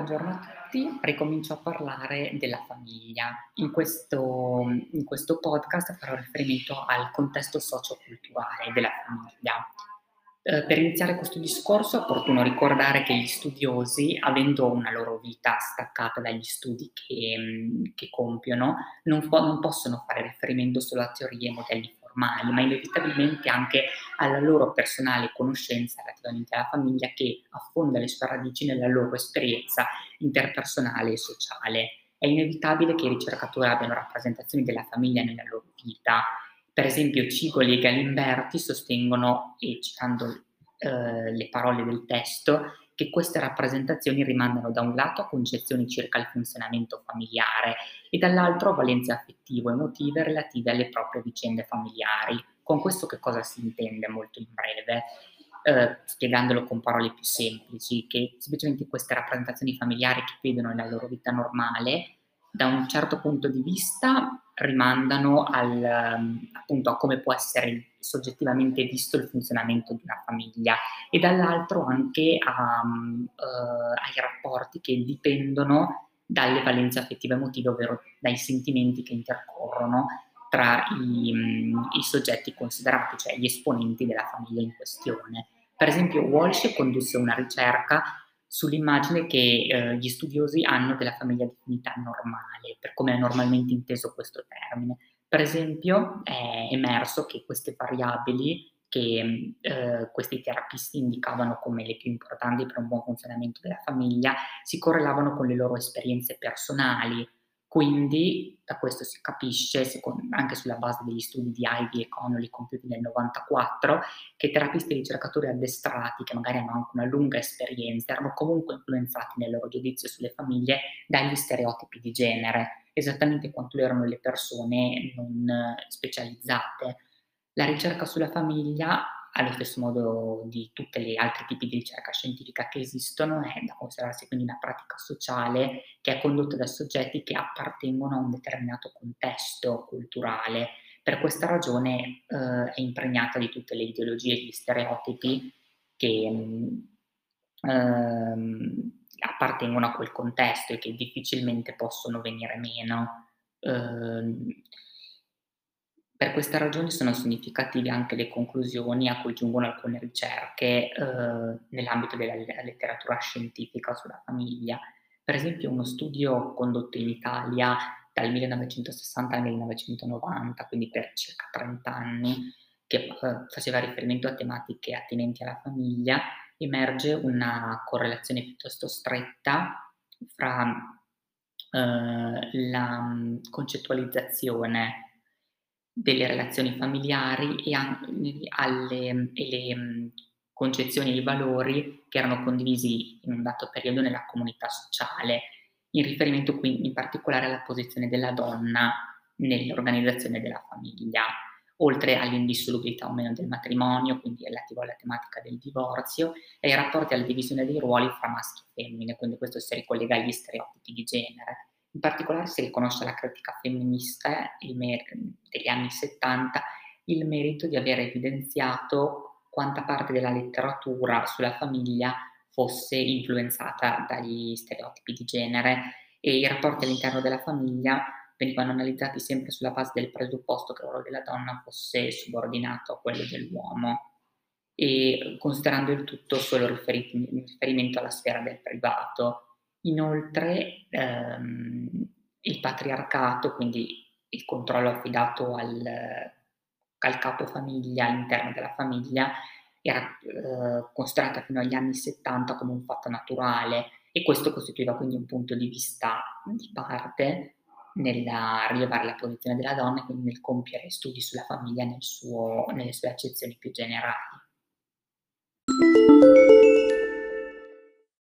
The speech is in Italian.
Buongiorno a tutti, ricomincio a parlare della famiglia. In questo podcast farò riferimento al contesto socioculturale della famiglia. Per iniziare questo discorso è opportuno ricordare che gli studiosi, avendo una loro vita staccata dagli studi che compiono, non possono fare riferimento solo a teorie e modelli formali, ma inevitabilmente anche alla loro personale conoscenza relativamente alla famiglia, che affonda le sue radici nella loro esperienza interpersonale e sociale. È inevitabile che i ricercatori abbiano rappresentazioni della famiglia nella loro vita. Per esempio Cigoli e Galimberti sostengono, e citando le parole del testo, che queste rappresentazioni rimandano da un lato a concezioni circa il funzionamento familiare e dall'altro a valenze affettivo-emotive relative alle proprie vicende familiari. Con questo che cosa si intende molto in breve? Spiegandolo con parole più semplici, che semplicemente queste rappresentazioni familiari che vedono nella loro vita normale, da un certo punto di vista rimandano appunto a come può essere soggettivamente visto il funzionamento di una famiglia e dall'altro anche ai rapporti che dipendono dalle valenze affettive emotive, ovvero dai sentimenti che intercorrono tra i soggetti considerati, cioè gli esponenti della famiglia in questione. Per esempio Walsh condusse una ricerca sull'immagine che gli studiosi hanno della famiglia definita normale, per come è normalmente inteso questo termine. Per esempio è emerso che queste variabili che questi terapisti indicavano come le più importanti per un buon funzionamento della famiglia si correlavano con le loro esperienze personali. Quindi da questo si capisce, anche sulla base degli studi di Ivy e Connolly compiuti nel 94, che terapisti e ricercatori addestrati, che magari hanno anche una lunga esperienza, erano comunque influenzati nel loro giudizio sulle famiglie dagli stereotipi di genere, esattamente quanto lo erano le persone non specializzate. La ricerca sulla famiglia, allo stesso modo di tutti gli altri tipi di ricerca scientifica che esistono, è da considerarsi quindi una pratica sociale che è condotta da soggetti che appartengono a un determinato contesto culturale. Per questa ragione è impregnata di tutte le ideologie e gli stereotipi che appartengono a quel contesto e che difficilmente possono venire meno. Ehm, per questa ragione sono significative anche le conclusioni a cui giungono alcune ricerche nell'ambito della letteratura scientifica sulla famiglia. Per esempio uno studio condotto in Italia dal 1960 al 1990, quindi per circa 30 anni, che faceva riferimento a tematiche attinenti alla famiglia, emerge una correlazione piuttosto stretta fra la concettualizzazione delle relazioni familiari e le concezioni e i valori che erano condivisi in un dato periodo nella comunità sociale, in riferimento quindi in particolare alla posizione della donna nell'organizzazione della famiglia, oltre all'indissolubilità o meno del matrimonio, quindi relativo alla tematica del divorzio, e ai rapporti alla divisione dei ruoli fra maschi e femmine, quindi questo si ricollega agli stereotipi di genere. In particolare si riconosce alla critica femminista degli anni '70 il merito di aver evidenziato quanta parte della letteratura sulla famiglia fosse influenzata dagli stereotipi di genere e i rapporti all'interno della famiglia venivano analizzati sempre sulla base del presupposto che il ruolo della donna fosse subordinato a quello dell'uomo e considerando il tutto solo in riferimento alla sfera del privato. Inoltre, il patriarcato, quindi il controllo affidato al capofamiglia all'interno della famiglia, era considerata fino agli anni '70 come un fatto naturale e questo costituiva quindi un punto di vista di parte nella rilevare la posizione della donna e quindi nel compiere studi sulla famiglia nelle sue accezioni più generali.